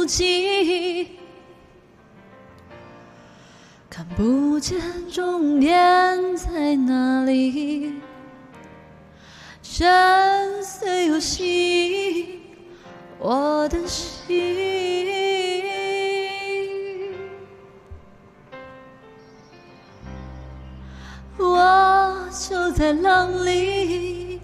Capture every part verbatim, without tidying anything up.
无际，看不见终点在哪里。深邃又细，我的心，我就在浪里，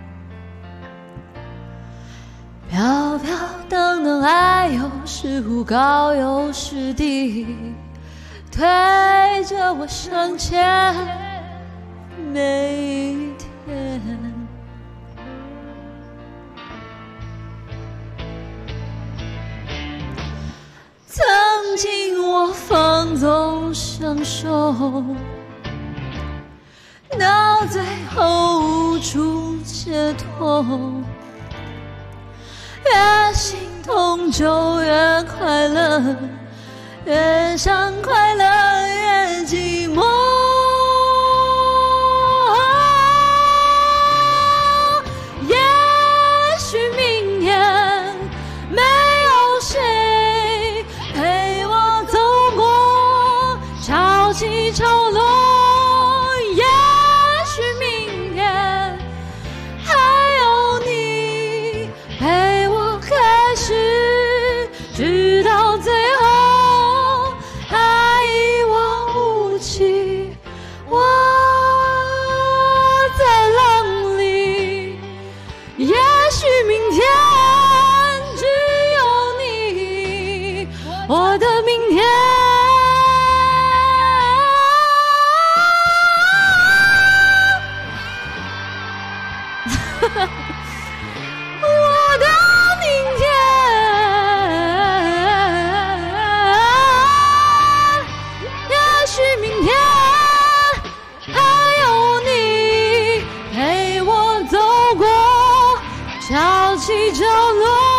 飘飘荡荡，爱有时忽高有时低，推着我向前，每一天。曾经我放纵享受，到最后无处解脱，越心痛就越快乐，越想快乐越寂寞。也许明天没有谁陪我走过潮起潮落，也许明天还有你陪我开始，直到最后爱一望无际。我在浪里，也许明天只有你，我的明天。我的明天，也许明天还有你陪我走过潮起潮落。